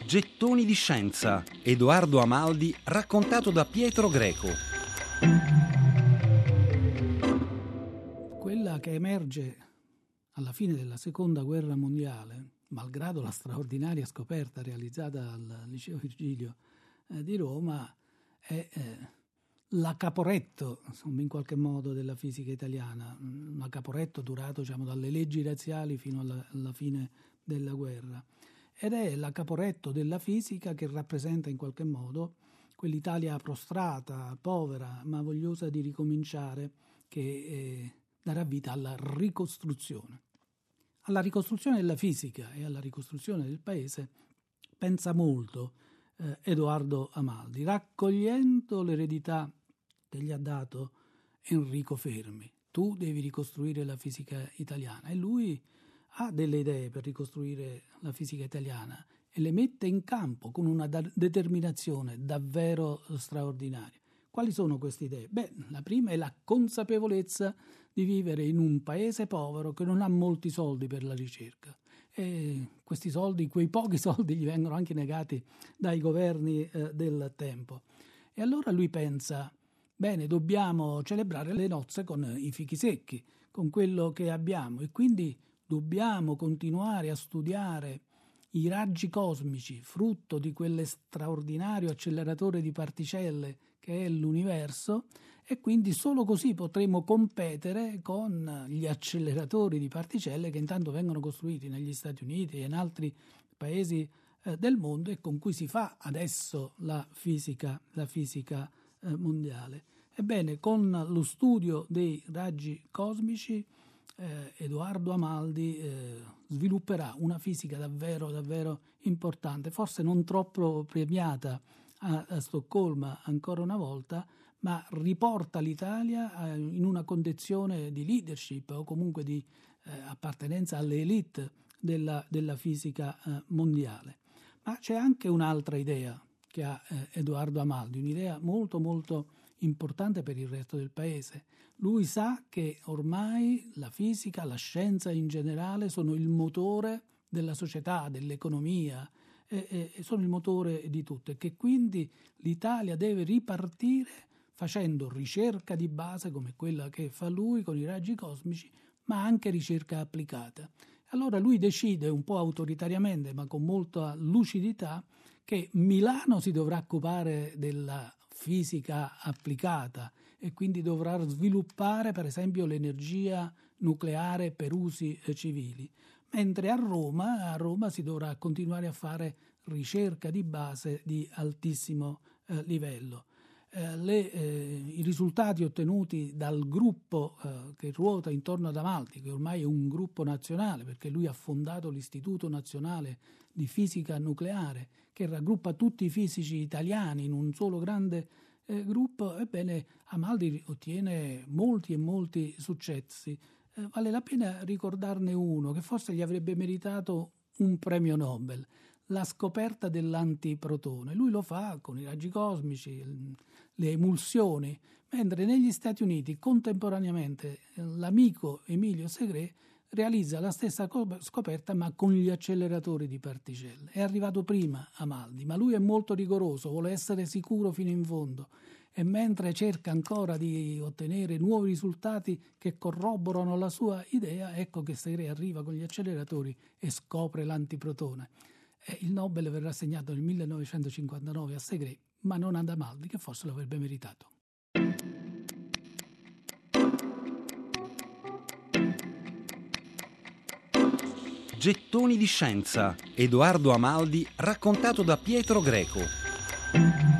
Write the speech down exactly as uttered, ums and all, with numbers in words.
Gettoni di scienza. Edoardo Amaldi raccontato da Pietro Greco. Quella che emerge alla fine della Seconda Guerra Mondiale, malgrado la straordinaria scoperta realizzata al Liceo Virgilio eh, di Roma, è eh, la Caporetto, insomma, in qualche modo, della fisica italiana, una Caporetto durato, diciamo, dalle leggi razziali fino alla, alla fine della guerra. Ed è la Caporetto della fisica che rappresenta in qualche modo quell'Italia prostrata, povera, ma vogliosa di ricominciare, che eh, darà vita alla ricostruzione. Alla ricostruzione della fisica e alla ricostruzione del paese pensa molto eh, Edoardo Amaldi, raccogliendo l'eredità che gli ha dato Enrico Fermi. Tu devi ricostruire la fisica italiana, e lui ha delle idee per ricostruire la fisica italiana e le mette in campo con una da- determinazione davvero straordinaria. Quali sono queste idee? Beh, la prima è la consapevolezza di vivere in un paese povero che non ha molti soldi per la ricerca. E questi soldi, quei pochi soldi, gli vengono anche negati dai governi eh, del tempo. E allora lui pensa: bene, dobbiamo celebrare le nozze con i fichi secchi, con quello che abbiamo, e quindi dobbiamo continuare a studiare i raggi cosmici, frutto di quelle straordinario acceleratore di particelle che è l'universo, e quindi solo così potremo competere con gli acceleratori di particelle che intanto vengono costruiti negli Stati Uniti e in altri paesi eh, del mondo, e con cui si fa adesso la fisica, la fisica eh, mondiale. Ebbene, con lo studio dei raggi cosmici Eh, Edoardo Amaldi eh, svilupperà una fisica davvero davvero importante, forse non troppo premiata a, a Stoccolma ancora una volta, ma riporta l'Italia eh, in una condizione di leadership o comunque di eh, appartenenza alle elite della, della fisica eh, mondiale. Ma c'è anche un'altra idea che ha eh, Edoardo Amaldi, un'idea molto molto importante per il resto del paese. Lui sa che ormai la fisica, la scienza in generale, sono il motore della società, dell'economia, e, e sono il motore di tutto, e che quindi l'Italia deve ripartire facendo ricerca di base come quella che fa lui con i raggi cosmici, ma anche ricerca applicata. Allora lui decide, un po' autoritariamente ma con molta lucidità, che Milano si dovrà occupare della fisica applicata e quindi dovrà sviluppare per esempio l'energia nucleare per usi eh, civili, mentre a Roma, a Roma si dovrà continuare a fare ricerca di base di altissimo eh, livello. Eh, le, eh, I risultati ottenuti dal gruppo eh, che ruota intorno ad Amaldi, che ormai è un gruppo nazionale perché lui ha fondato l'Istituto Nazionale di Fisica Nucleare, che raggruppa tutti i fisici italiani in un solo grande eh, gruppo, ebbene Amaldi ottiene molti e molti successi. Eh, vale la pena ricordarne uno che forse gli avrebbe meritato un premio Nobel: la scoperta dell'antiprotone. Lui lo fa con i raggi cosmici, le emulsioni, mentre negli Stati Uniti contemporaneamente l'amico Emilio Segre realizza la stessa scoperta ma con gli acceleratori di particelle. È arrivato prima Amaldi, ma lui è molto rigoroso, vuole essere sicuro fino in fondo, e mentre cerca ancora di ottenere nuovi risultati che corroborano la sua idea, ecco che Segre arriva con gli acceleratori e scopre l'antiprotone. E il Nobel verrà assegnato nel millenovecentocinquantanove a Segre, ma non ad Amaldi, che forse lo avrebbe meritato. Gettoni di scienza. Edoardo Amaldi raccontato da Pietro Greco.